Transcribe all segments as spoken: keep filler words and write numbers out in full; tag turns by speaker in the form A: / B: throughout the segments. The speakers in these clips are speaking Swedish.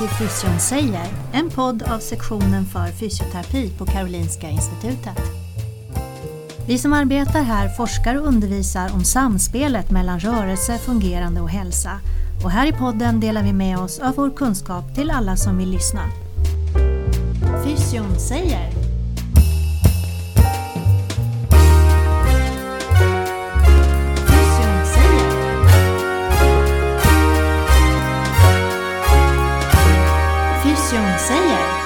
A: till Fysion säger, en podd av sektionen för fysioterapi på Karolinska institutet. Vi som arbetar här forskar och undervisar om samspelet mellan rörelse, fungerande och hälsa. Och här i podden delar vi med oss av vår kunskap till alla som vill lyssna. Fysion säger. Fysion säger. Fysion säger.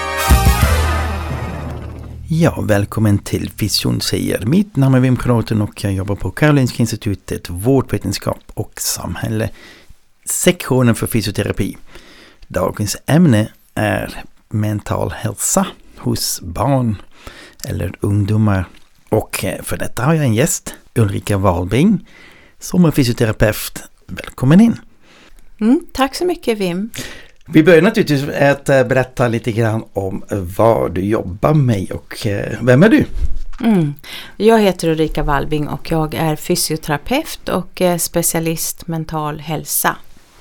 B: Ja, välkommen till Fysion säger. Mitt namn är Wim Kronoten och jag jobbar på Karolinska institutet, vårdvetenskap och samhälle, sektionen för fysioterapi. Dagens ämne är mental hälsa hos barn eller ungdomar. Och för detta har jag en gäst, Ulrika Walbing, som är fysioterapeut. Välkommen in.
C: Mm, tack så mycket, Wim.
B: Vi börjar naturligtvis att berätta lite grann om vad du jobbar med och vem är du?
C: Mm. Jag heter Ulrika Walbing och jag är fysioterapeut och specialist mental hälsa.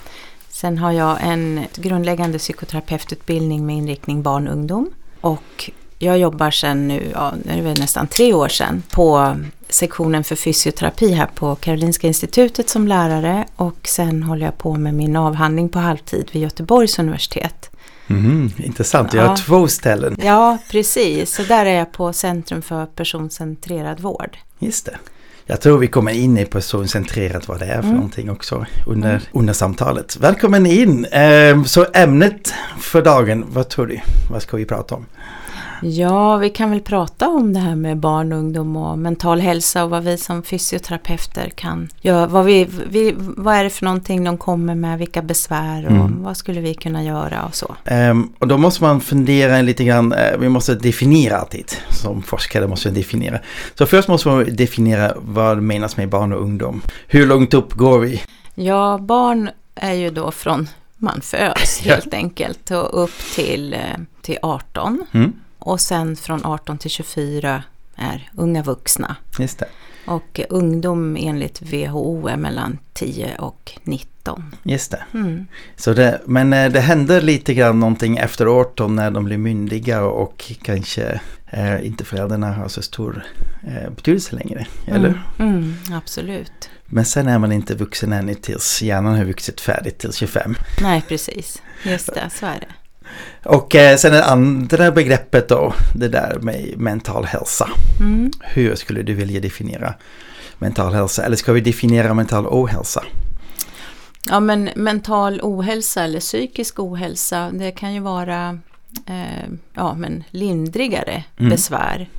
C: Sen har jag en grundläggande psykoterapeututbildning med inriktning barn och ungdom. Och jag jobbar sedan nu, ja, det är väl nästan tre år sedan, på sektionen för fysioterapi här på Karolinska institutet som lärare. Och sen håller jag på med min avhandling på halvtid vid Göteborgs universitet.
B: Mm, intressant, jag har ja. två ställen.
C: Ja, precis. Så där är jag på Centrum för personcentrerad vård.
B: Just det. Jag tror vi kommer in i personcentrerat vad det är för mm. någonting också under, mm. under samtalet. Välkommen in! Eh, så ämnet för dagen, vad tror du? Vad ska vi prata om?
C: Ja, vi kan väl prata om det här med barn, ungdom och mental hälsa och vad vi som fysioterapeuter kan göra. Vad, vi, vi, vad är det för någonting de kommer med, vilka besvär och mm. vad skulle vi kunna göra och så.
B: Um, och då måste man fundera lite grann, uh, vi måste definiera alltid, som forskare måste definiera. Så först måste man definiera vad menas med barn och ungdom. Hur långt upp går vi?
C: Ja, barn är ju då från man föds helt enkelt och upp till, till arton. Mm. Och sen från arton till tjugofyra är unga vuxna.
B: Just det.
C: Och ungdom enligt W H O är mellan tio och nitton.
B: Just det. Mm. Så det. Men det händer lite grann någonting efter arton när de blir myndiga och kanske eh, inte föräldrarna har så stor eh, betydelse längre, eller?
C: Mm. Mm, absolut.
B: Men sen är man inte vuxen ännu tills hjärnan har vuxit färdigt till tjugofem.
C: Nej, precis. Just det, så är det.
B: Och eh, sen det andra begreppet då, det där med mental hälsa. Mm. Hur skulle du vilja definiera mental hälsa? Eller ska vi definiera mental ohälsa?
C: Ja, men mental ohälsa eller psykisk ohälsa, det kan ju vara eh, ja, men lindrigare mm. besvär.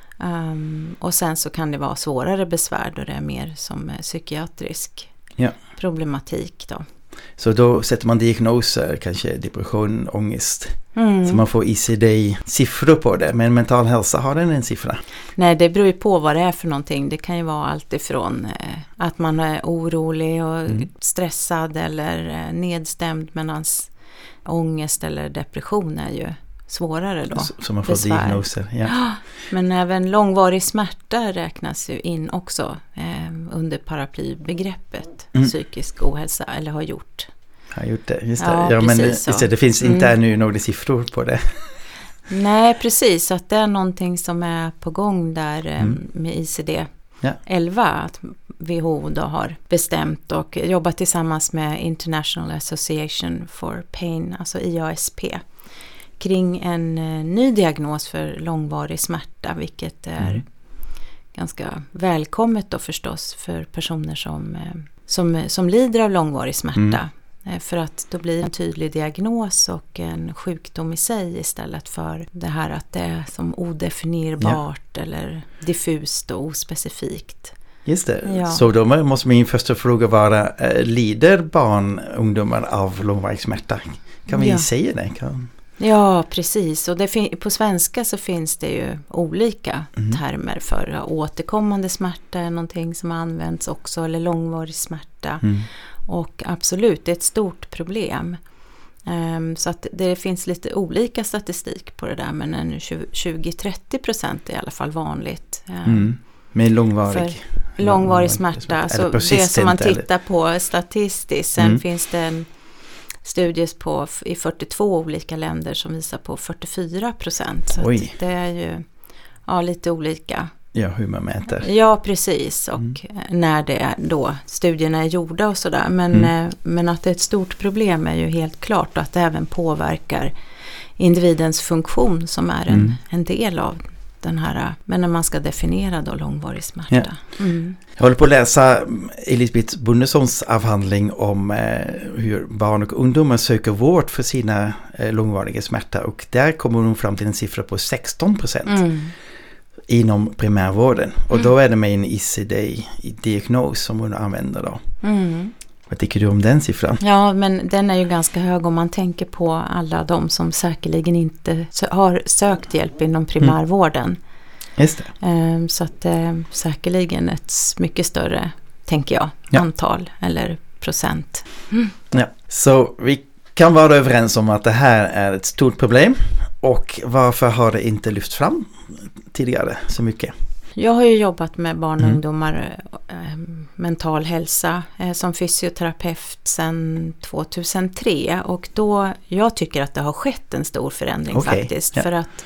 C: Um, och sen så kan det vara svårare besvär då det är mer som psykiatrisk ja. problematik då.
B: Så då sätter man diagnoser, kanske depression, ångest. Mm. Så man får I C D-siffror på det. Men mental hälsa, har den en siffra?
C: Nej, det beror ju på vad det är för någonting. Det kan ju vara allt ifrån eh, att man är orolig och mm. stressad eller eh, nedstämd, medan ångest eller depression är ju svårare då. Så,
B: så man får besvär. Diagnoser, ja.
C: Men även långvarig smärta räknas ju in också eh, under paraplybegreppet mm. psykisk ohälsa, eller har gjort.
B: Har gjort det, just det. Ja, ja, men just det, det finns inte mm. ännu några siffror på det.
C: Nej, precis. Att det är någonting som är på gång där eh, mm. med I C D elva, att W H O då har bestämt och jobbat tillsammans med International Association for Pain, alltså I A S P, kring en eh, ny diagnos för långvarig smärta, vilket är mm. ganska välkommet då förstås för personer som, eh, som, som lider av långvarig smärta. Mm. Eh, för att då blir en tydlig diagnos och en sjukdom i sig istället för det här att det är som odefinierbart ja. eller diffust och ospecifikt.
B: Just det, ja. Så då måste min första fråga vara, eh, lider barn, ungdomar av långvarig smärta? Kan vi ja. säga det? Kan...
C: Ja, precis. Och det fin- på svenska så finns det ju olika mm. termer för återkommande smärta, är någonting som används också, eller långvarig smärta. Mm. Och absolut, det är ett stort problem. Um, så att det finns lite olika statistik på det där, men en tjugo till trettio procent är i alla fall vanligt. Um,
B: mm. Med långvarig,
C: långvarig, långvarig smärta. Så det som man tittar på statistiskt, sen mm. finns det en studier på, i fyrtiotvå olika länder som visar på fyrtiofyra procent. Så
B: Oj.
C: det är ju ja, lite olika.
B: Ja, hur man mäter.
C: Ja, precis. Och mm. när det är då studierna är gjorda och sådär. Men, mm. men att det är ett stort problem är ju helt klart. Och att det även påverkar individens funktion som är en, mm. en del av den här. Men när man ska definiera då långvarig smärta.
B: Ja.
C: Mm.
B: Jag håller på att läsa Elisabeth Bundessons avhandling om eh, hur barn och ungdomar söker vård för sina eh, långvariga smärta. Och där kommer hon fram till en siffra på sexton procent. Mm. Inom primärvården. Och mm. då är det med en I C D-diagnos som hon använder då. Mm. Vad tycker du om den siffran?
C: Ja, men den är ju ganska hög om man tänker på alla de som säkerligen inte har sökt hjälp inom primärvården. Mm.
B: Just
C: det. Så att det är säkerligen ett mycket större, tänker jag, ja. antal eller procent. Mm.
B: Ja, så vi kan vara överens om att det här är ett stort problem. Och varför har det inte lyft fram tidigare så mycket?
C: Jag har ju jobbat med barn och mm. ungdomar eh, mental hälsa eh, som fysioterapeut sedan tjugohundratre. Och då, jag tycker att det har skett en stor förändring okay. faktiskt. Yeah. För att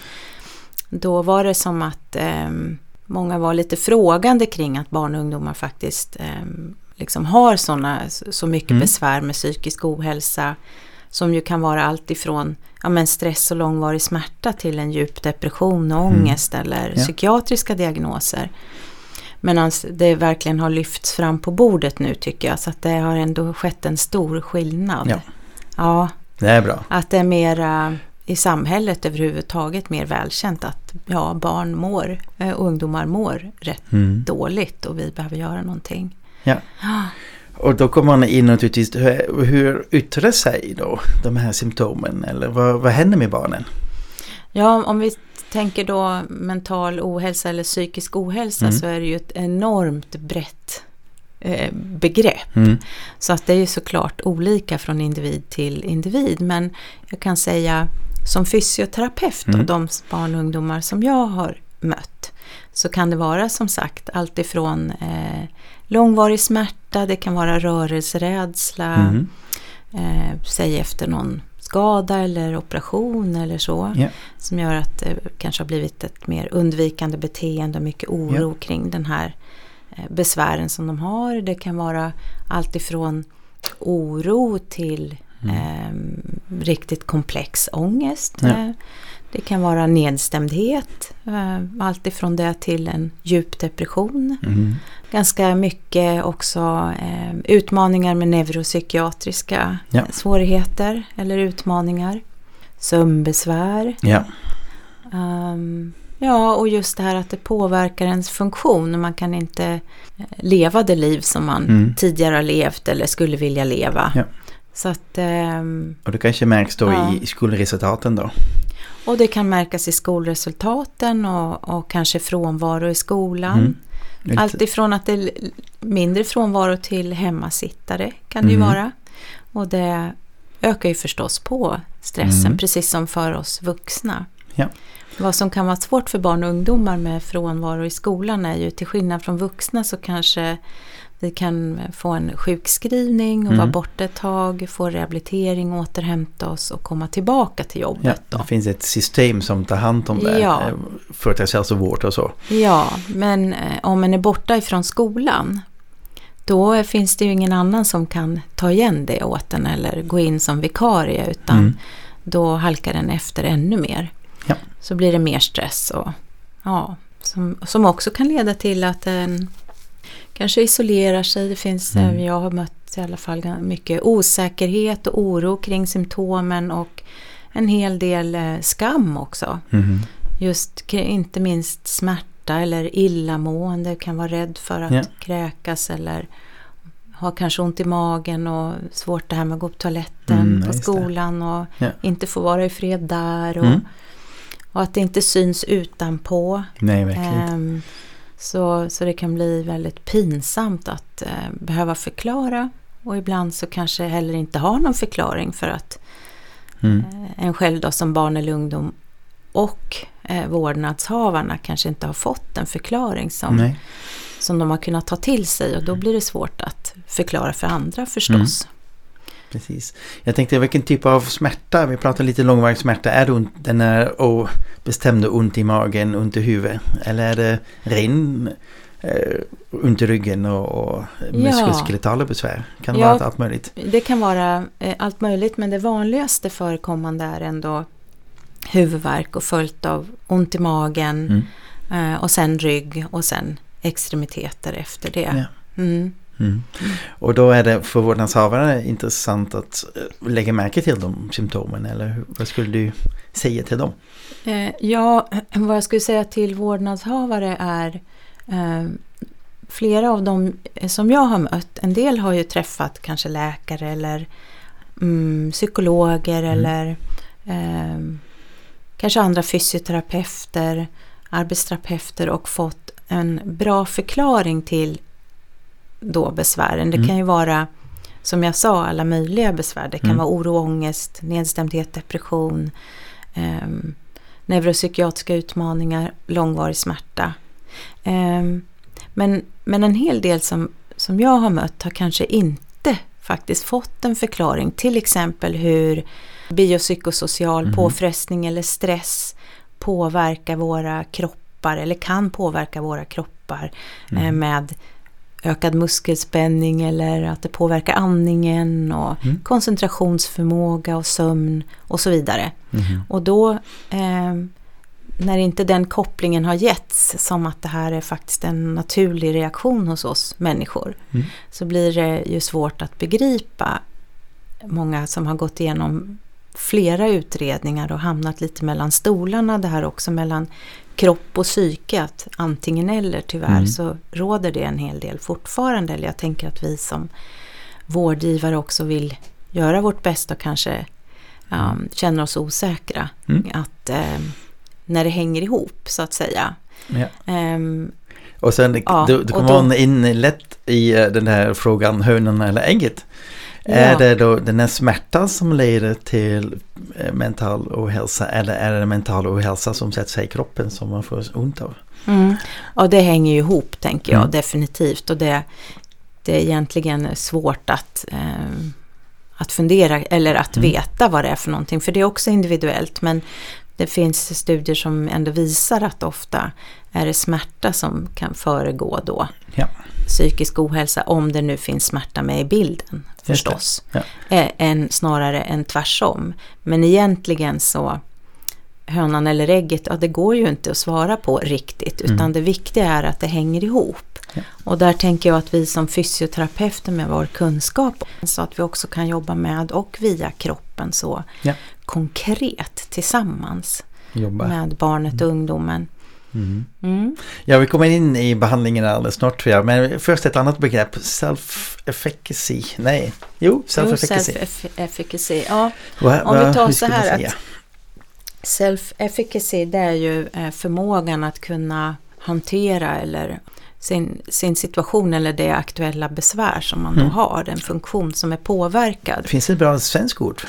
C: då var det som att eh, många var lite frågande kring att barn och ungdomar faktiskt eh, liksom har såna, så mycket mm. besvär med psykisk ohälsa. Som ju kan vara allt ifrån ja, men stress och långvarig smärta till en djup depression och ångest mm. eller ja. psykiatriska diagnoser. Men det verkligen har lyfts fram på bordet nu tycker jag. Så att det har ändå skett en stor skillnad.
B: Ja,
C: ja
B: det är bra.
C: Att det är mer i samhället överhuvudtaget mer välkänt att ja, barn mår, äh, ungdomar mår rätt mm. dåligt och vi behöver göra någonting.
B: Ja. ja. Och då kommer man in naturligtvis, hur, hur yttrar sig då de här symptomen? Eller vad, vad händer med barnen?
C: Ja, om vi tänker då mental ohälsa eller psykisk ohälsa mm. så är det ju ett enormt brett eh, begrepp. Mm. Så att det är ju såklart olika från individ till individ. Men jag kan säga som fysioterapeut mm. och de barn och ungdomar som jag har mött så kan det vara som sagt allt ifrån eh, långvarig smärta, det kan vara rörelserädsla, mm. eh, säg efter någon skada eller operation eller så, yeah. som gör att det kanske har blivit ett mer undvikande beteende och mycket oro yeah. kring den här eh, besvären som de har. Det kan vara allt ifrån oro till mm. eh, riktigt komplex ångest. Yeah. Det kan vara nedstämdhet, allt ifrån det till en djup depression. Mm. Ganska mycket också eh, utmaningar med neuropsykiatriska ja. svårigheter eller utmaningar. Sömnbesvär.
B: Ja.
C: Um, ja, och just det här att det påverkar ens funktion. Man kan inte leva det liv som man mm. tidigare har levt eller skulle vilja leva. Ja. Så att, um,
B: och det kanske märks då ja. i skolresultaten då?
C: Och det kan märkas i skolresultaten och, och kanske frånvaro i skolan. Mm. Allt ifrån att det är mindre frånvaro till hemmasittare kan det mm. ju vara. Och det ökar ju förstås på stressen, mm. precis som för oss vuxna.
B: Ja.
C: Vad som kan vara svårt för barn och ungdomar med frånvaro i skolan är ju till skillnad från vuxna så kanske vi kan få en sjukskrivning och mm. vara borta ett tag, få rehabilitering, återhämta oss och komma tillbaka till jobbet.
B: Ja, det finns ett system som tar hand om det,
C: ja.
B: företagshälsovård och så.
C: Ja, men eh, om man är borta ifrån skolan då finns det ju ingen annan som kan ta igen det åt den eller gå in som vikarie utan mm. då halkar den efter ännu mer.
B: Ja.
C: Så blir det mer stress och ja, som, som också kan leda till att den kanske isolerar sig. Det finns, mm. jag har mött i alla fall mycket osäkerhet och oro kring symptomen och en hel del eh, skam också. Mm. Just inte minst smärta eller illamående, kan vara rädd för att yeah. kräkas eller ha kanske ont i magen och svårt det här med att gå på toaletten mm, på skolan och yeah. inte få vara i fred där och, mm. och att det inte syns utanpå.
B: Nej, verkligen
C: um, Så, så det kan bli väldigt pinsamt att eh, behöva förklara och ibland så kanske heller inte ha någon förklaring för att mm. eh, en själv då som barn eller ungdom och eh, vårdnadshavarna kanske inte har fått en förklaring som, som de har kunnat ta till sig och då blir det svårt att förklara för andra förstås. Mm.
B: Precis. Jag tänkte vilken typ av smärta, vi pratar lite långvarig smärta, är det ont, den är oh, bestämd ont i magen, ont i huvudet, eller är det ren eh, ont i ryggen och, och muskuloskeletala besvär? Kan det
C: ja,
B: vara allt möjligt?
C: Det kan vara eh, allt möjligt, men det vanligaste förekommande är ändå huvudvärk och följt av ont i magen mm. eh, och sen rygg och sen extremiteter efter det.
B: Ja.
C: Mm.
B: Mm. Och då är det för vårdnadshavare intressant att lägga märke till de symptomen, eller vad skulle du säga till dem?
C: Eh, ja, vad jag skulle säga till vårdnadshavare är eh, flera av dem som jag har mött, en del har ju träffat kanske läkare eller mm, psykologer mm. eller eh, kanske andra fysioterapeuter, arbetsterapeuter och fått en bra förklaring till då besvären. Det mm. kan ju vara, som jag sa, alla möjliga besvär. Det kan mm. vara oro, ångest, nedstämdhet, depression, eh, neuropsykiatriska utmaningar, långvarig smärta. Eh, men, men en hel del som, som jag har mött har kanske inte faktiskt fått en förklaring. Till exempel hur biopsykosocial mm. påfrestning eller stress påverkar våra kroppar eller kan påverka våra kroppar mm. eh, med ökad muskelspänning eller att det påverkar andningen och mm. koncentrationsförmåga och sömn och så vidare. Mm. Och då eh, när inte den kopplingen har getts som att det här är faktiskt en naturlig reaktion hos oss människor mm. så blir det ju svårt att begripa. Många som har gått igenom flera utredningar och hamnat lite mellan stolarna, det här också mellan kropp och psyke, att antingen eller tyvärr mm. så råder det en hel del fortfarande. Eller jag tänker att vi som vårdgivare också vill göra vårt bästa och kanske um, mm. känner oss osäkra mm. att um, när det hänger ihop så att säga.
B: Ja.
C: Um,
B: och sen
C: ja,
B: du, du kommer man in lätt i den här frågan hönan eller ägget. Ja. Är det då den här smärtan som leder till mental ohälsa, eller är det mental ohälsa som sätter sig i kroppen som man får ont av?
C: Mm. Ja, det hänger ju ihop, tänker jag,
B: mm.
C: definitivt. Och det, det är egentligen svårt att, eh, att fundera eller att mm. veta vad det är för någonting. För det är också individuellt, men det finns studier som ändå visar att ofta är det smärta som kan föregå då.
B: Ja.
C: Psykisk ohälsa, om det nu finns smärta med i bilden förstås, ja. än, snarare än tvärsom. Men egentligen så hönan eller ägget, ja, det går ju inte att svara på riktigt, utan mm. det viktiga är att det hänger ihop. Ja. Och där tänker jag att vi som fysioterapeuter med vår kunskap, så att vi också kan jobba med och via kroppen så ja. konkret tillsammans jobba. Med barnet och mm. ungdomen.
B: Mm. Mm. Ja, vi kommer in i behandlingen alldeles snart, tror jag. Men först ett annat begrepp, self-efficacy. Nej, jo, self-efficacy.
C: Jo, self-efficacy, ja.
B: Va,
C: Om
B: va,
C: vi tar så här att self-efficacy, det är ju förmågan att kunna hantera eller sin, sin situation eller det aktuella besvär som man mm. då har, den funktion som är påverkad.
B: Finns det ett bra svensk ord?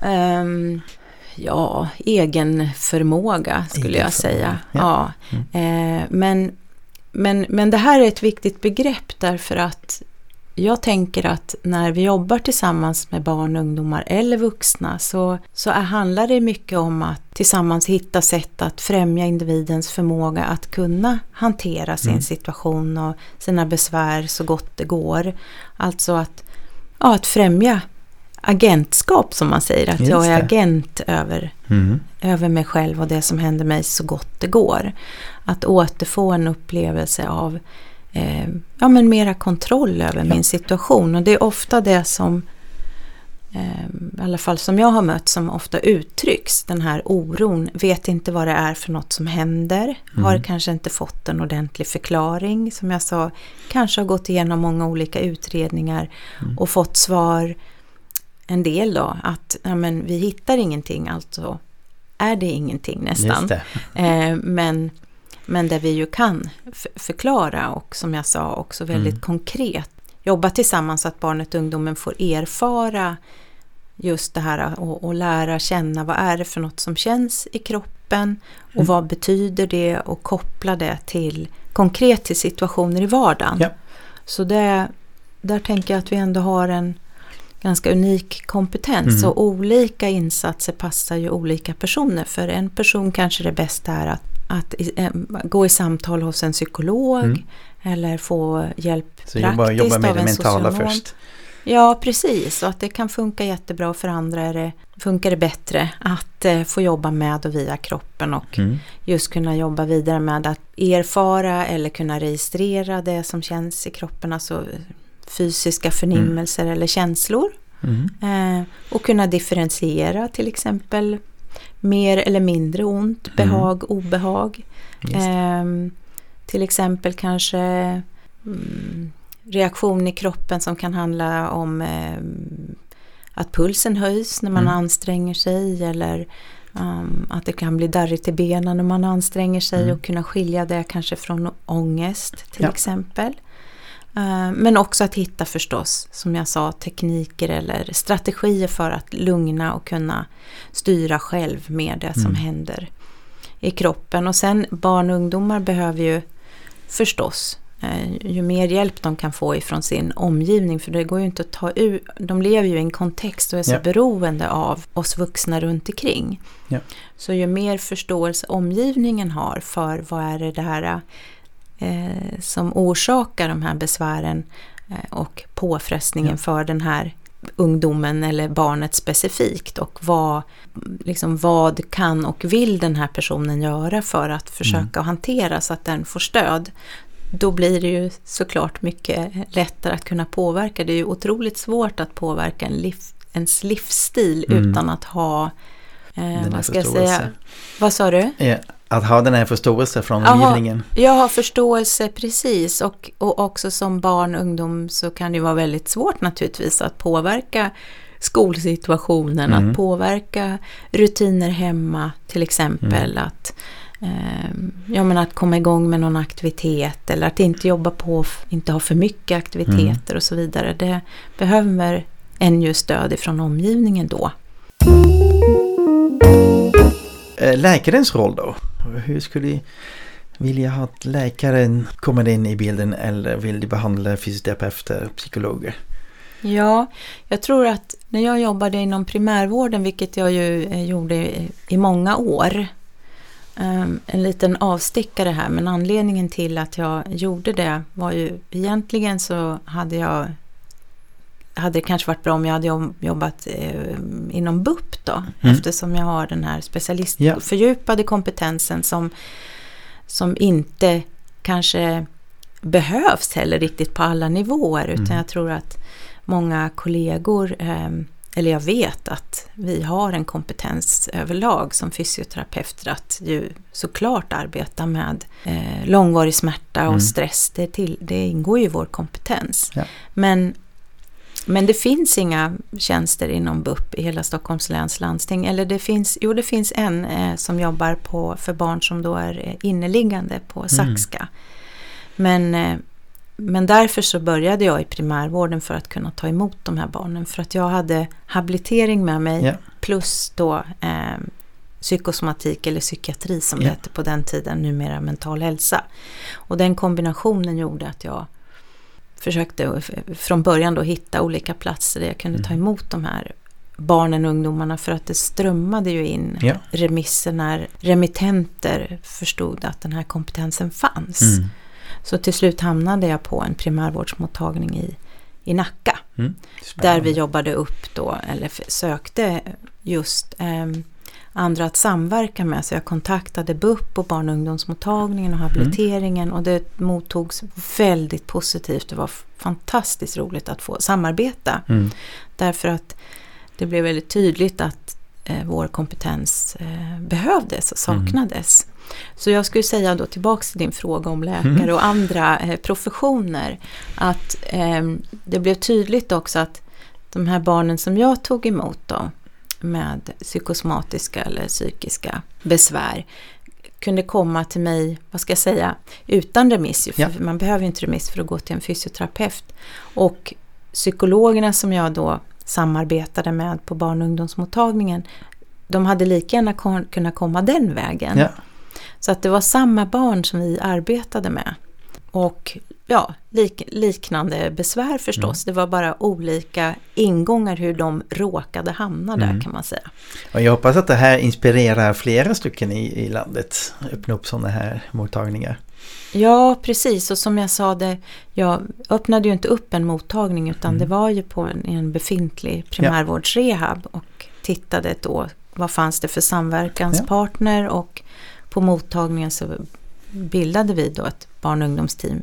C: Um, Ja, egen förmåga skulle egen jag säga. Ja. Ja. Mm. Eh, men, men, men det här är ett viktigt begrepp, därför att jag tänker att när vi jobbar tillsammans med barn, ungdomar eller vuxna så, så är, handlar det mycket om att tillsammans hitta sätt att främja individens förmåga att kunna hantera sin mm. situation och sina besvär så gott det går. Alltså att, ja, att främja agentskap, som man säger, att jag är agent över, mm. över mig själv och det som händer mig så gott det går. Att återfå en upplevelse av eh, ja, men mera kontroll över ja. min situation. Och det är ofta det som eh, i alla fall som jag har mött, som ofta uttrycks, den här oron, vet inte vad det är för något som händer, mm. har kanske inte fått en ordentlig förklaring, som jag sa, kanske har gått igenom många olika utredningar mm. och fått svar. En del då, att ja, men vi hittar ingenting, alltså är det ingenting nästan.
B: Det.
C: Eh, men, men där vi ju kan f- förklara och som jag sa också väldigt mm. konkret jobba tillsammans så att barnet och ungdomen får erfara just det här och, och lära känna vad är det för något som känns i kroppen och mm. vad betyder det, och koppla det till konkret till situationer i vardagen.
B: Ja.
C: Så det, där tänker jag att vi ändå har en ganska unik kompetens. Mm. Så olika insatser passar ju olika personer. För en person kanske det bästa är att, att äh, gå i samtal hos en psykolog mm. eller få hjälp
B: så
C: praktiskt
B: jobba, jobba med
C: av
B: det
C: en
B: mentala
C: socionom.
B: Först.
C: Ja, precis. Och att det kan funka jättebra. För andra är det, funkar det bättre att eh, få jobba med och via kroppen och mm. just kunna jobba vidare med att erfara eller kunna registrera det som känns i kroppen, alltså fysiska förnimmelser mm. eller känslor. Mm. Eh, och kunna differentiera till exempel mer eller mindre ont, behag, mm. obehag. Eh, till exempel kanske mm, reaktion i kroppen som kan handla om eh, att pulsen höjs när man mm. anstränger sig, eller um, att det kan bli darrigt i benen när man anstränger sig mm. och kunna skilja det kanske från ångest till ja. exempel. Uh, men också att hitta förstås, som jag sa, tekniker eller strategier för att lugna och kunna styra själv med det som mm. händer i kroppen. Och sen barn och ungdomar behöver ju förstås ju mer hjälp de kan få ifrån sin omgivning, för det går ju inte att ta ut, de lever ju i en kontext och är så ja. beroende av oss vuxna runt omkring. Ja. Så ju mer förståelse omgivningen har för vad är det där eh, som orsakar de här besvären eh, och påfrestningen ja. för den här ungdomen eller barnet specifikt, och vad, liksom, vad kan och vill den här personen göra för att försöka mm. hantera så att den får stöd. Då blir det ju såklart mycket lättare att kunna påverka. Det är ju otroligt svårt att påverka en liv, ens livsstil mm. utan att ha eh, vad ska jag säga? Vad sa du?
B: Ja, att ha den här förståelse från omgivningen.
C: Jag har förståelse, precis. Och, och också som barn och ungdom så kan det vara väldigt svårt naturligtvis att påverka skolsituationen, mm. att påverka rutiner hemma till exempel, mm. att ja, men att komma igång med någon aktivitet eller att inte jobba på, inte ha för mycket aktiviteter mm. och så vidare. Det behöver en ju stöd ifrån omgivningen då.
B: Läkarens roll då? Hur skulle du vilja ha att läkaren kommer in i bilden, eller vill du behandla fysioterapeuter, psykologer?
C: Ja, jag tror att när jag jobbade inom primärvården, vilket jag ju gjorde i många år, Um, en liten avstickare här, men anledningen till att jag gjorde det var ju egentligen så hade jag hade det kanske varit bra om jag hade jobbat eh, inom B U P då, mm. eftersom jag har den här specialist yeah. fördjupade kompetensen som, som inte kanske behövs heller riktigt på alla nivåer, utan mm. jag tror att många kollegor eh, eller jag vet att vi har en kompetens överlag som fysioterapeuter att ju såklart arbeta med eh, långvarig smärta och mm. stress. Det, till, det ingår ju i vår kompetens. Ja. Men, men det finns inga tjänster inom B U P i hela Stockholms läns landsting. Eller det finns, jo det finns en eh, som jobbar på, för barn som då är inneliggande på Saxka. Mm. Men eh, Men därför så började jag i primärvården för att kunna ta emot de här barnen. För att jag hade habilitering med mig yeah. plus då eh, psykosomatik eller psykiatri som yeah. det hette på den tiden, numera mental hälsa. Och den kombinationen gjorde att jag försökte från början då hitta olika platser där jag kunde mm. ta emot de här barnen och ungdomarna, för att det strömmade ju in yeah. remisser när remittenter förstod att den här kompetensen fanns. Mm. Så till slut hamnade jag på en primärvårdsmottagning i, i Nacka. Mm, där vi jobbade upp då, eller sökte just eh, andra att samverka med. Så jag kontaktade B U P och barn- och ungdomsmottagningen och habiliteringen. Mm. Och det mottogs väldigt positivt. Det var fantastiskt roligt att få samarbeta. Mm. Därför att det blev väldigt tydligt att eh, vår kompetens eh, behövdes och saknades. Mm. Så jag skulle säga då tillbaka till din fråga om läkare mm. och andra eh, professioner, att eh, det blev tydligt också att de här barnen som jag tog emot då med psykosomatiska eller psykiska besvär kunde komma till mig, vad ska jag säga, utan remiss, för ja. man behöver inte remiss för att gå till en fysioterapeut. Och psykologerna som jag då samarbetade med på barn- och ungdomsmottagningen, de hade lika gärna kon- kunnat komma den vägen. Ja. Så att det var samma barn som vi arbetade med. Och ja, lik, liknande besvär förstås. Mm. Det var bara olika ingångar hur de råkade hamna där mm. kan man säga.
B: Och jag hoppas att det här inspirerar flera stycken i, i landet. Öppna upp sådana här mottagningar.
C: Ja, precis. Och som jag sa, det, jag öppnade ju inte upp en mottagning utan mm. det var ju på en, en befintlig primärvårdsrehab och tittade då vad fanns det för samverkanspartner ja. Och på mottagningen så bildade vi då ett barn- och ungdomsteam.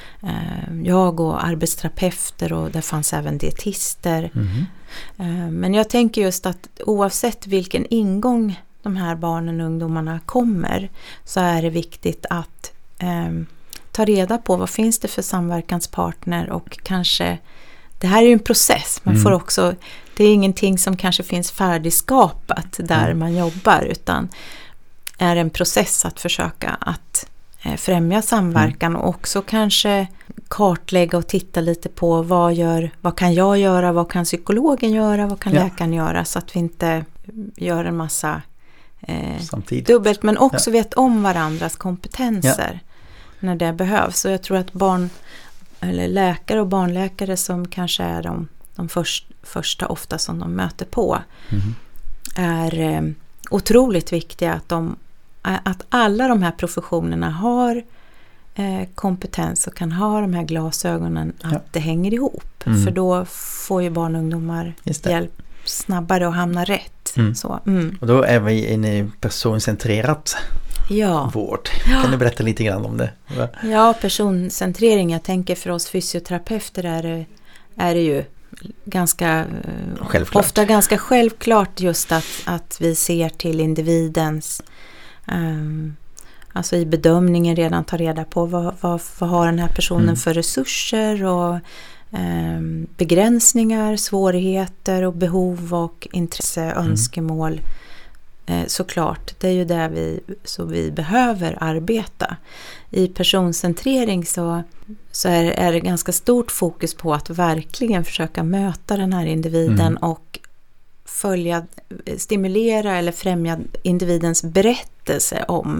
C: Jag och arbetsterapeuter och där fanns även dietister. Mm. Men jag tänker just att oavsett vilken ingång de här barnen och ungdomarna kommer så är det viktigt att eh, ta reda på vad finns det för samverkanspartner och kanske, det här är ju en process. Man mm. får också, det är ingenting som kanske finns färdigskapat där mm. man jobbar utan är en process att försöka att främja samverkan mm. och också kanske kartlägga och titta lite på vad gör, vad kan jag göra, vad kan psykologen göra, vad kan ja. läkaren göra så att vi inte gör en massa eh, dubbelt men också ja. vet om varandras kompetenser ja. när det behövs. Så jag tror att barn eller läkare och barnläkare som kanske är de, de först, första ofta som de möter på mm. är eh, otroligt viktiga att de att alla de här professionerna har eh, kompetens och kan ha de här glasögonen att ja. det hänger ihop. Mm. För då får ju barn och ungdomar hjälp snabbare att hamna rätt. Mm. Så, mm.
B: Och då är vi en personcentrerat
C: ja.
B: vård. Kan ja. du berätta lite grann om det? Va?
C: Ja, personcentrering. Jag tänker för oss fysioterapeuter är det, är det ju ganska
B: självklart.
C: ofta ganska självklart just att, att vi ser till individens Um, alltså i bedömningen redan ta reda på vad, vad, vad har den här personen mm. för resurser och um, begränsningar, svårigheter och behov och intresse, mm. önskemål. Uh, såklart, det är ju där vi, så vi behöver arbeta. I personcentrering så, så är, är det ganska stort fokus på att verkligen försöka möta den här individen mm. och följa, stimulera eller främja individens berättelse om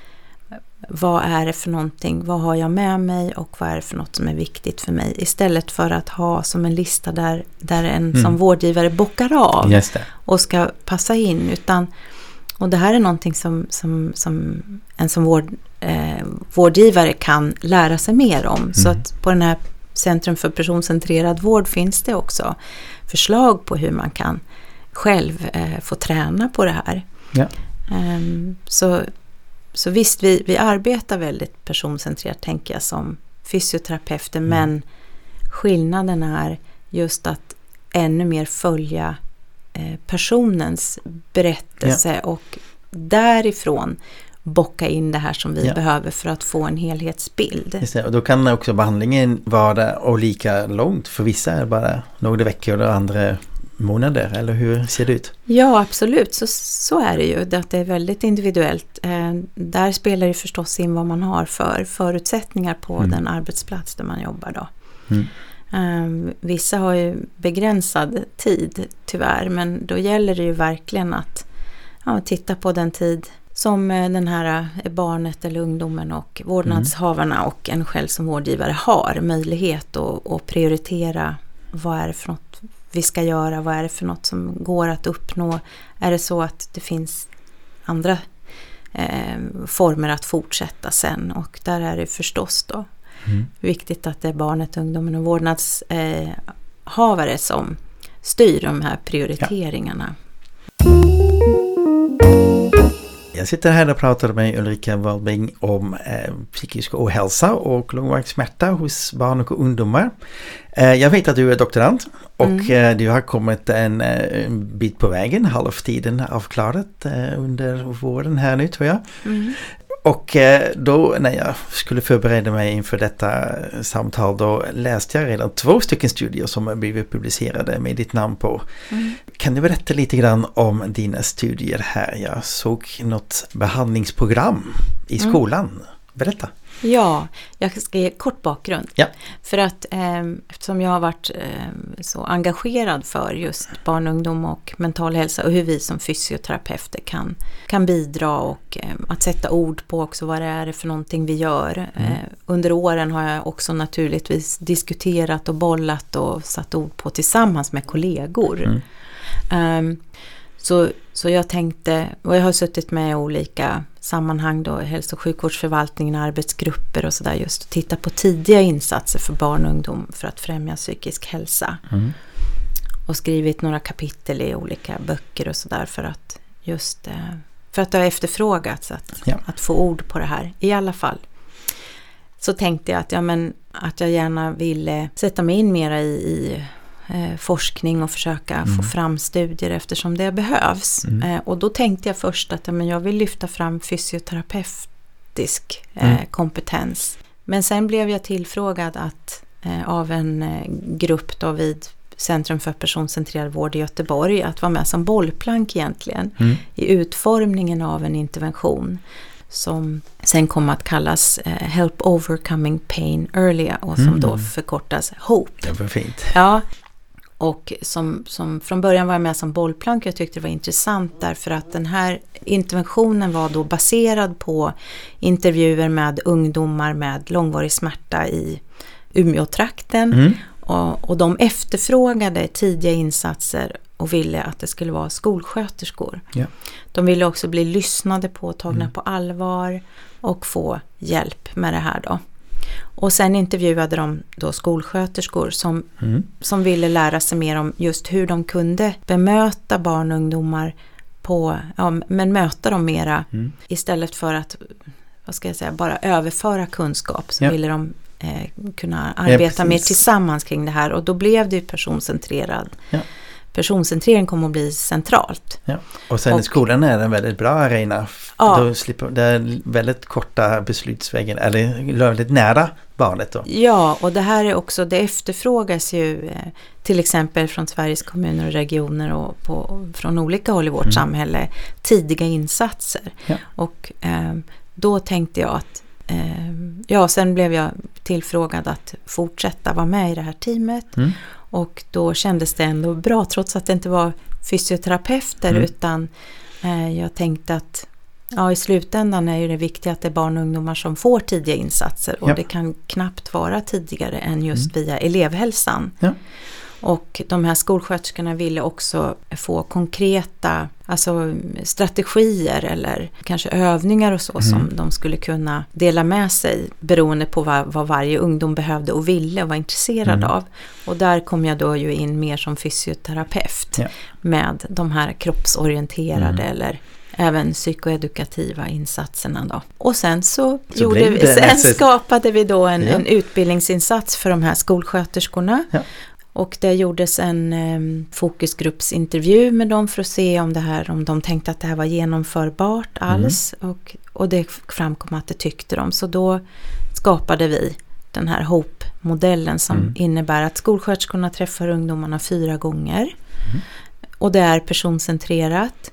C: vad är det för någonting, vad har jag med mig och vad är det för något som är viktigt för mig istället för att ha som en lista där, där en mm. som vårdgivare bockar av
B: Just det.
C: och ska passa in utan, och det här är någonting som, som, som en som vård, eh, vårdgivare kan lära sig mer om mm. så att på den här Centrum för personcentrerad vård finns det också förslag på hur man kan själv eh, få träna på det här.
B: Ja.
C: Um, så, så visst, vi, vi arbetar väldigt personcentrerat tänker jag som fysioterapeuter mm. men skillnaden är just att ännu mer följa eh, personens berättelse ja. och därifrån bocka in det här som vi ja. behöver för att få en helhetsbild.
B: Just det, och då kan också behandlingen vara olika långt. För vissa är det bara några veckor och andra månader, eller hur ser det ut?
C: Ja, absolut. Så, så är det ju. Det är väldigt individuellt. Eh, där spelar det förstås in vad man har för förutsättningar på mm. den arbetsplats där man jobbar då. Mm. Eh, vissa har ju begränsad tid tyvärr, men då gäller det ju verkligen att ja, titta på den tid som den här barnet eller ungdomen och vårdnadshavarna mm. och en själv som vårdgivare har möjlighet att, att prioritera vad är det för något vi ska göra, vad är det för något som går att uppnå. Är det så att det finns andra eh, former att fortsätta sen och där är det förstås då mm. viktigt att det är barnet, ungdomen och vårdnadshavare eh, som styr de här prioriteringarna. Ja.
B: Jag sitter här och pratar med Ulrika Waldbring om eh, psykisk ohälsa och långvarig smärta hos barn och ungdomar. Eh, jag vet att du är doktorand och mm. eh, du har kommit en, en bit på vägen, halvtiden avklarat eh, under våren här nu tror jag. Mm. Och eh, då när jag skulle förbereda mig inför detta samtal då läste jag redan två stycken studier som har blivit publicerade med ditt namn på. Mm. Kan du berätta lite grann om dina studier här? Jag såg något behandlingsprogram i skolan. Mm. Berätta.
C: Ja, jag ska ge kort bakgrund.
B: Ja.
C: För att eh, eftersom jag har varit eh, så engagerad för just barn, ungdom och mental hälsa och hur vi som fysioterapeuter kan, kan bidra och eh, att sätta ord på också vad det är för någonting vi gör. Mm. Eh, under åren har jag också naturligtvis diskuterat och bollat och satt ord på tillsammans med kollegor. Mm. Um, Så, så jag tänkte, och jag har suttit med i olika sammanhang då, hälso- och sjukvårdsförvaltningen, arbetsgrupper och sådär, just att titta på tidiga insatser för barn och ungdom för att främja psykisk hälsa. Mm. Och skrivit några kapitel i olika böcker och sådär för att just för att det har efterfrågats att, ja. att få ord på det här. I alla fall så tänkte jag att, ja, men, att jag gärna ville sätta mig in mera i, i Eh, forskning och försöka mm. få fram studier eftersom det behövs. Mm. Eh, och då tänkte jag först att ja, men jag vill lyfta fram fysioterapeutisk eh, mm. kompetens. Men sen blev jag tillfrågad att, eh, av en eh, grupp då vid Centrum för personcentrerad vård i Göteborg att vara med som bollplank egentligen mm. i utformningen av en intervention som sen kom att kallas eh, Help Overcoming Pain Early och som mm. då förkortas HOPE.
B: Det var fint.
C: Ja. Och som, som från början var jag med som bollplank. Jag tyckte det var intressant därför att den här interventionen var då baserad på intervjuer med ungdomar med långvarig smärta i Umeå-trakten. Mm. Och, och de efterfrågade tidiga insatser och ville att det skulle vara skolsköterskor. Ja. De ville också bli lyssnade på, tagna mm. på allvar och få hjälp med det här då. Och sen intervjuade de då skolsköterskor som, mm. som ville lära sig mer om just hur de kunde bemöta barn och ungdomar på, ja, men möta dem mera mm. istället för att, vad ska jag säga, bara överföra kunskap så ja. ville de eh, kunna arbeta ja, mer tillsammans kring det här och då blev det ju personcentrerad. Ja. Personcentrering kommer att bli centralt.
B: Ja. Och sen och, i skolan är det en väldigt bra arena. Ja. Då slipper, det är väldigt korta beslutsvägen, eller väldigt nära barnet då.
C: Ja, och det här är också, det efterfrågas ju eh, till exempel från Sveriges kommuner och regioner och på, från olika håll i vårt mm. samhälle tidiga insatser. Ja. Och eh, då tänkte jag att eh, ja, sen blev jag tillfrågad att fortsätta vara med i det här teamet. Mm. Och då kändes det ändå bra trots att det inte var fysioterapeuter mm. utan eh, jag tänkte att ja, i slutändan är ju det viktigt att det är barn och ungdomar som får tidiga insatser och ja. det kan knappt vara tidigare än just mm. via elevhälsan. Ja. Och de här skolsköterskorna ville också få konkreta alltså strategier eller kanske övningar och så mm. som de skulle kunna dela med sig beroende på vad, vad varje ungdom behövde och ville och var intresserad mm. av. Och där kom jag då ju in mer som fysioterapeut ja. med de här kroppsorienterade mm. eller även psykoedukativa insatserna då. Och sen så, så gjorde vi, sen skapade vi då en, ja. en utbildningsinsats för de här skolsköterskorna. Ja. Och det gjordes en eh, fokusgruppsintervju med dem för att se om det här, om de tänkte att det här var genomförbart alls. Mm. Och, och det framkom att det tyckte de. Så då skapade vi den här HOPE-modellen som mm. innebär att skolsköterskorna träffar ungdomarna fyra gånger. Mm. Och det är personcentrerat.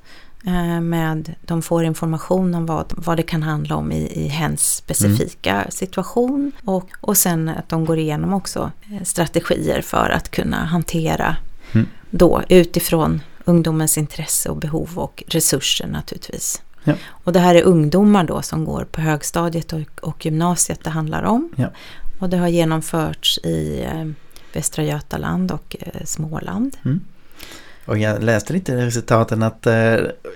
C: Med, de får information om vad, vad det kan handla om i, i hens specifika mm. situation och, och sen att de går igenom också strategier för att kunna hantera mm. då utifrån ungdomens intresse och behov och resurser naturligtvis. Ja. Och det här är ungdomar då som går på högstadiet och, och gymnasiet det handlar om. Ja. Och det har genomförts i eh, Västra Götaland och eh, Småland. Mm.
B: Och jag läste lite i resultaten att eh,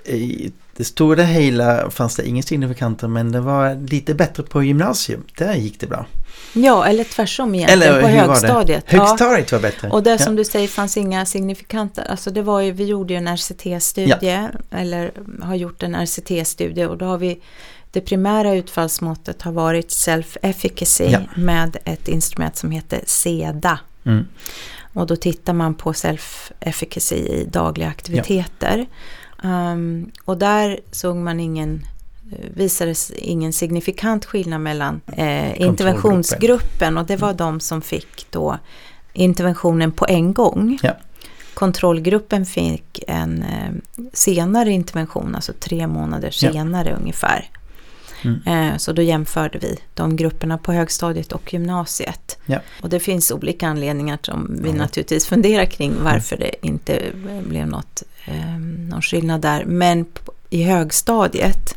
B: i det stora hela fanns det ingen signifikanter men det var lite bättre på gymnasium. Där gick det bra.
C: Ja, eller tvärsom egentligen eller, på högstadiet.
B: Var högstadiet ja. var bättre.
C: Och det som ja. du säger fanns inga signifikanter. Alltså det var ju, vi gjorde ju en R C T-studie ja. eller har gjort en R C T-studie och då har vi det primära utfallsmåttet har varit self-efficacy ja. med ett instrument som heter SEDA. Mm. Och då tittar man på self-efficacy i dagliga aktiviteter. Ja. Um, och där såg man ingen, visades ingen signifikant skillnad mellan eh, interventionsgruppen och det var de som fick då interventionen på en gång. Ja. Kontrollgruppen fick en eh, senare intervention, alltså tre månader senare ja. ungefär.
B: Mm.
C: Eh, så då jämförde vi de grupperna på högstadiet och gymnasiet.
B: Ja.
C: Och det finns olika anledningar som vi
B: mm.
C: naturligtvis funderar kring varför mm. det inte blev något, eh, någon skillnad där. Men p- i högstadiet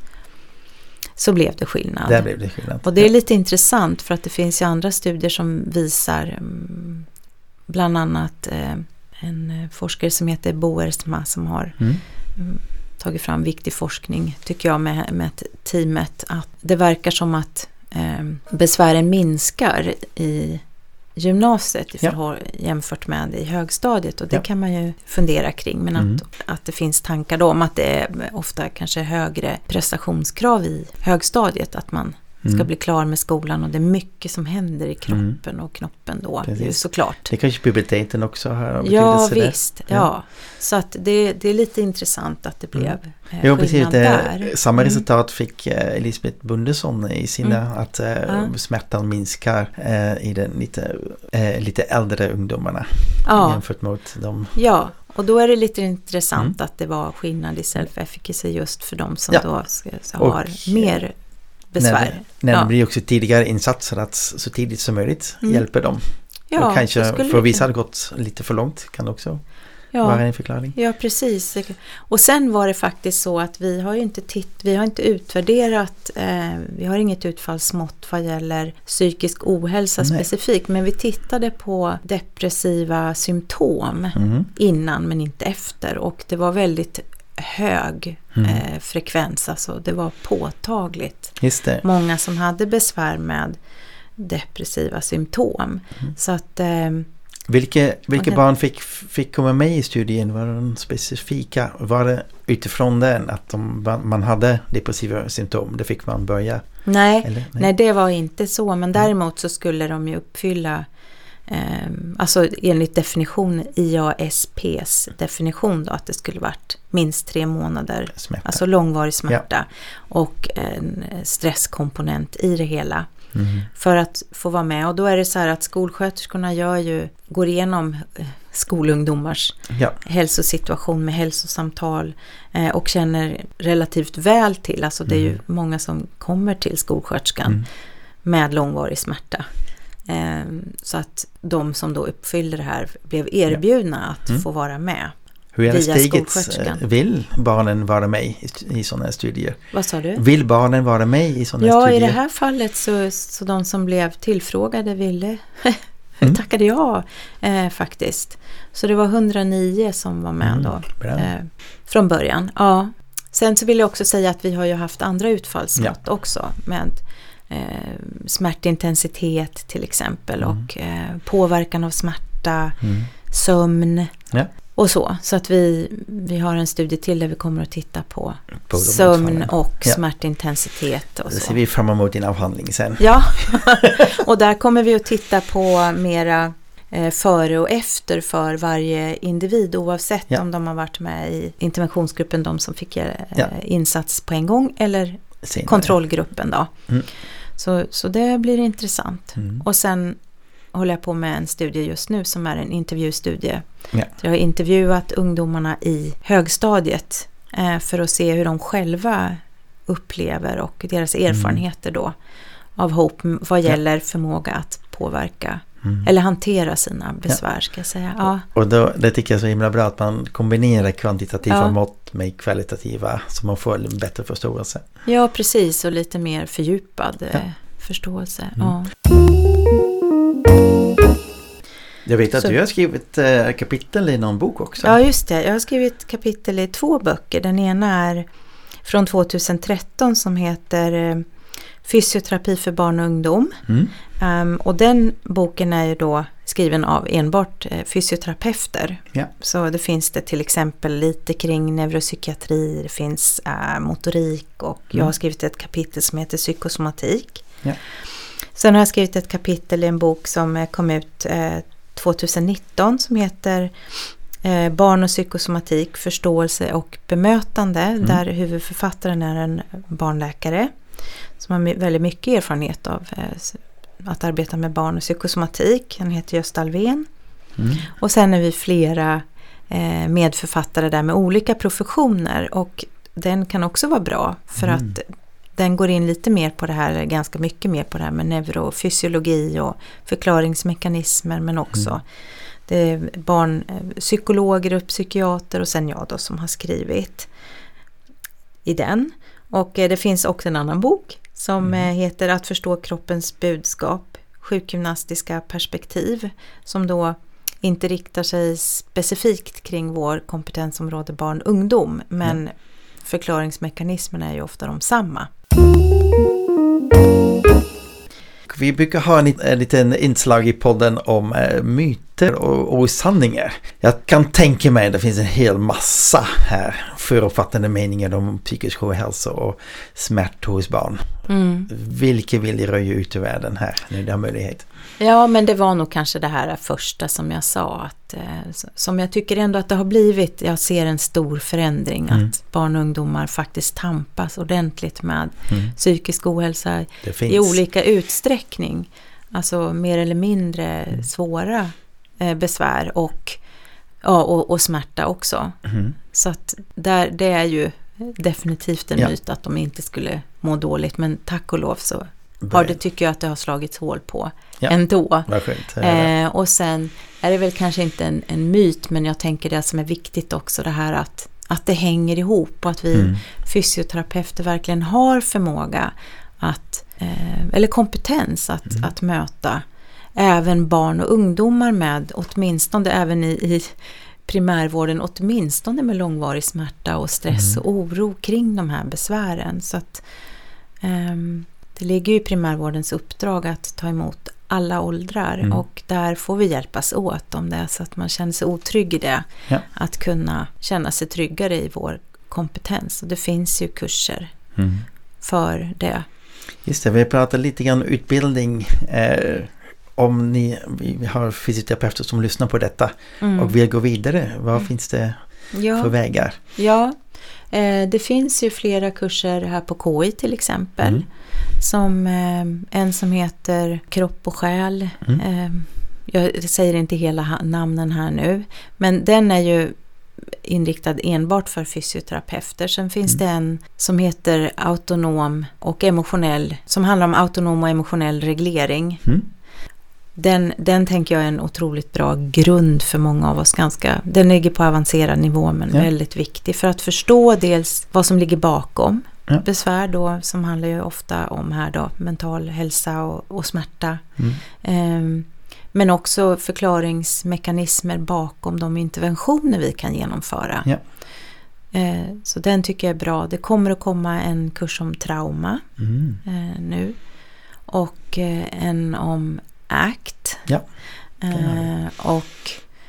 C: så blev det skillnad.
B: Där blev det skillnad.
C: Och det är lite ja. intressant för att det finns ju andra studier som visar um, bland annat eh, en forskare som heter Boersma som har
B: mm.
C: um, tagit fram viktig forskning tycker jag med, med teamet att det verkar som att eh, besvären minskar i gymnasiet i förhåll, ja. jämfört med i högstadiet och det ja. kan man ju fundera kring men
B: mm.
C: att, att det finns tankar då om att det är ofta kanske högre prestationskrav i högstadiet att man ska mm. bli klar med skolan och det är mycket som händer i kroppen mm. och knoppen då, ju, såklart.
B: Det kanske puberteten också har
C: Ja visst, ja. ja. Så att det, det är lite intressant att det blev mm. eh,
B: Jo precis, det,
C: där.
B: samma
C: mm.
B: resultat fick eh, Elisabeth Bundesson i sina, mm. att eh, ja. smärtan minskar eh, i den lite, eh, lite äldre ungdomarna ja. jämfört mot dem.
C: Ja. Och då är det lite intressant mm. att det var skillnad i self-efficacy just för dem som ja. då ska, så har och, mer besvär.
B: När, när ja. det blir också tidigare insatser att så tidigt som möjligt mm. hjälper dem.
C: Ja,
B: och kanske för vissa har gått lite för långt kan det också ja. vara en förklaring.
C: Ja, precis. Och sen var det faktiskt så att vi har ju inte titt, vi har inte utvärderat, eh, vi har inget utfallsmått vad gäller psykisk ohälsa Nej. specifikt, men vi tittade på depressiva symptom
B: mm.
C: innan men inte efter och det var väldigt hög mm. eh, frekvens, alltså det var påtagligt.
B: Just det.
C: Många som hade besvär med depressiva symptom.
B: Mm.
C: Så att eh,
B: vilka, vilka
C: det,
B: barn fick, fick komma med i studien? Var de specifika? Var det utifrån den att de, man hade depressiva symptom? Det fick man börja?
C: Nej,
B: nej?
C: nej det var inte så. Men däremot så skulle de ju uppfylla eh, alltså enligt definition I A S P:s definition då, att det skulle varit minst tre månader
B: smärta.
C: Alltså långvarig smärta
B: ja.
C: och en stresskomponent i det hela.
B: Mm.
C: För att få vara med. Och då är det så här att skolsköterskorna gör ju, går igenom skolungdomars
B: ja.
C: hälsosituation med hälsosamtal eh, och känner relativt väl till. Alltså det är ju mm. många som kommer till skolsköterskan mm. med långvarig smärta. Eh, så att de som då uppfyller det här blev erbjudna ja. att mm. få vara med.
B: Hur är det steget? Vill barnen vara med i, i sådana här studier?
C: Vad sa du?
B: Vill barnen vara med i sådana
C: ja,
B: här studier?
C: Ja, i det här fallet så, så de som blev tillfrågade ville mm. tackade jag eh, faktiskt. Så det var hundranio som var med mm, då eh, från början. Ja. Sen så vill jag också säga att vi har ju haft andra utfallsmått ja. också med eh, smärtintensitet till exempel mm. och eh, påverkan av smärta, mm. sömn.
B: Ja.
C: Och så, så att vi, vi har en studie till där vi kommer att titta på, på sömn och ja. smärtintensitet och
B: det
C: så.
B: Ser vi fram emot din avhandling sen.
C: Ja, och där kommer vi att titta på mera eh, före och efter för varje individ oavsett ja. om de har varit med i interventionsgruppen, de som fick eh, ja. insats på en gång eller Senare. kontrollgruppen då.
B: Mm.
C: Så, så det blir intressant.
B: Mm.
C: Och sen håller jag på med en studie just nu som är en intervjustudie.
B: Ja.
C: Jag har intervjuat ungdomarna i högstadiet eh, för att se hur de själva upplever och deras erfarenheter då av Hope vad gäller ja. förmåga att påverka mm. eller hantera sina besvär ja. ska jag säga. Ja.
B: Och då, det tycker jag är så himla bra att man kombinerar kvantitativa ja. mått med kvalitativa så man får en bättre förståelse.
C: Ja, precis och lite mer fördjupad ja. förståelse.
B: Mm.
C: Ja.
B: Jag vet att
C: så.
B: du har skrivit äh, kapitel i någon bok också.
C: Ja, just det. Jag har skrivit kapitel i två böcker. Den ena är från tjugohundratretton som heter äh, Fysioterapi för barn och ungdom.
B: Mm.
C: Um, och den boken är ju då skriven av enbart äh, fysioterapeuter.
B: Ja.
C: Så det finns det till exempel lite kring neuropsykiatri, det finns äh, motorik och mm. jag har skrivit ett kapitel som heter psykosomatik.
B: Ja.
C: Sen har jag skrivit ett kapitel i en bok som kom ut eh, tjugonitton som heter eh, Barn och psykosomatik, förståelse och bemötande mm. där huvudförfattaren är en barnläkare som har väldigt mycket erfarenhet av eh, att arbeta med barn och psykosomatik. Han heter Gösta Alvén.
B: Mm.
C: Och sen är vi flera eh, medförfattare där med olika professioner och den kan också vara bra för
B: mm.
C: att den går in lite mer på det här, ganska mycket mer på det här med neurofysiologi och förklaringsmekanismer, men också mm. det är barnpsykologer och psykiater och sen jag då som har skrivit i den. Och det finns också en annan bok som mm. heter Att förstå kroppens budskap, sjukgymnastiska perspektiv, som då inte riktar sig specifikt kring vår kompetensområde barn och ungdom, men mm. förklaringsmekanismerna är ju ofta de samma.
B: Vi brukar ha en, en liten inslag i podden om äh, myter och, och sanningar. Jag kan tänka mig att det finns en hel massa här föruppfattande meningar om psykisk ohälsa och smärta hos barn. Mm. Vilka vill ni röja ut i världen här när det har möjlighet?
C: Ja, men det var nog kanske det här första som jag sa, att, eh, som jag tycker ändå att det har blivit, jag ser en stor förändring, mm. att barn och ungdomar faktiskt tampas ordentligt med mm. psykisk ohälsa i olika utsträckning, alltså mer eller mindre mm. svåra eh, besvär och, ja, och, och smärta också. Mm. Så att där, det är ju definitivt en ja. myt att de inte skulle må dåligt, men tack och lov så har det, tycker jag att det har slagits hål på ja, ändå. Eh, och sen är det väl kanske inte en, en myt, men jag tänker det som är viktigt också, det här att, att det hänger ihop och att vi mm. fysioterapeuter verkligen har förmåga att, eh, eller kompetens att, mm. att möta även barn och ungdomar med, åtminstone även i, i primärvården, åtminstone med långvarig smärta och stress mm. och oro kring de här besvären. Så att eh, det ligger ju i primärvårdens uppdrag att ta emot alla åldrar mm. och där får vi hjälpas åt om det är så att man känner sig otrygg i det. Ja. Att kunna känna sig tryggare i vår kompetens. Och det finns ju kurser mm. för det.
B: Just det, vi pratar lite grann om utbildning. Eh, om ni vi har fysioterapeuter som lyssnar på detta mm. och vill gå vidare, vad mm. finns det ja. för vägar?
C: Ja, eh, det finns ju flera kurser här på K I till exempel. Mm. Som eh, en som heter Kropp och själ. Mm. Eh, jag säger inte hela ha- namnen här nu. Men den är ju inriktad enbart för fysioterapeuter. Sen finns mm. det en som heter autonom och emotionell. Som handlar om autonom och emotionell reglering. Mm. Den, den tänker jag är en otroligt bra grund för många av oss. Ganska, den ligger på avancerad nivå men ja. väldigt viktig. För att förstå dels vad som ligger bakom. Ja. Besvär då, som handlar ju ofta om här då, mental hälsa och, och smärta. Mm. Ehm, men också förklaringsmekanismer bakom de interventioner vi kan genomföra. Ja. Ehm, så den tycker jag är bra. Det kommer att komma en kurs om trauma mm. eh, nu. Och eh, en om A C T. Ja. Ehm, och,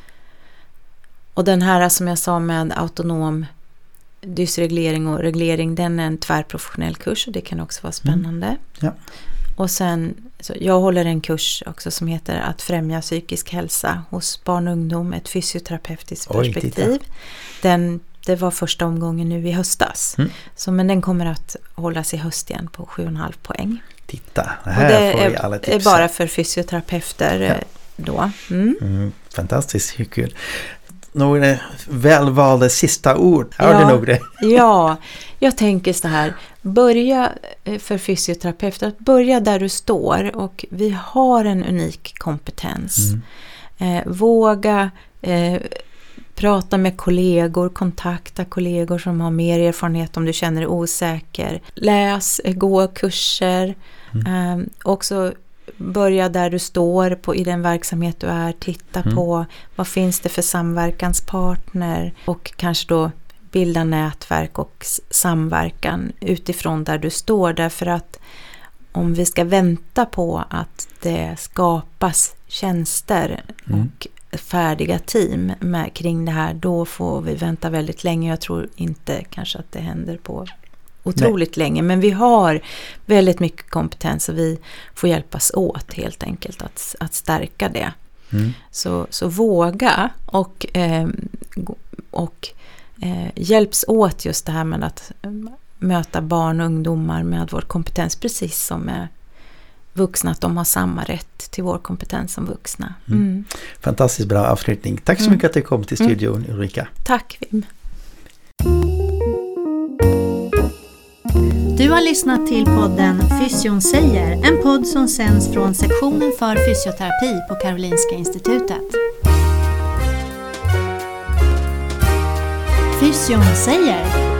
C: och den här som jag sa med autonom dysreglering och reglering, den är en tvärprofessionell kurs och det kan också vara spännande. Mm. Ja. Och sen, så jag håller en kurs också som heter Att främja psykisk hälsa hos barn och ungdom, ett fysioterapeutiskt perspektiv. Oj, den, det var första omgången nu i höstas. Mm. Så, men den kommer att hållas i höst igen på sju komma fem poäng.
B: Titta, det här det får vi alla tips.
C: Det är bara för fysioterapeuter ja. då. Mm.
B: Mm, fantastiskt, hur kul. Några välvalda sista ord. Har ja, du nog det?
C: Ja, jag tänker så här. Börja för fysioterapeuter. Att börja där du står. Och vi har en unik kompetens. Mm. Eh, våga eh, prata med kollegor. Kontakta kollegor som har mer erfarenhet om du känner dig osäker. Läs, gå kurser. Mm. Eh, också börja där du står på, i den verksamhet du är. Titta mm. på vad finns det för samverkanspartner och kanske då bilda nätverk och samverkan utifrån där du står. Därför att om vi ska vänta på att det skapas tjänster mm. och färdiga team med, kring det här, då får vi vänta väldigt länge. Jag tror inte kanske att det händer på otroligt Nej. länge, men vi har väldigt mycket kompetens och vi får hjälpas åt helt enkelt att, att stärka det. Mm. Så, så våga och, eh, och eh, hjälps åt just det här med att möta barn och ungdomar med vår kompetens, precis som med vuxna, att de har samma rätt till vår kompetens som vuxna. Mm. Mm.
B: Fantastiskt bra avslutning. Tack så mm. mycket att du kom till studion, mm. Ulrika.
C: Tack, Wim.
A: Du har lyssnat till podden Fysion säger, en podd som sänds från sektionen för fysioterapi på Karolinska institutet. Fysion säger.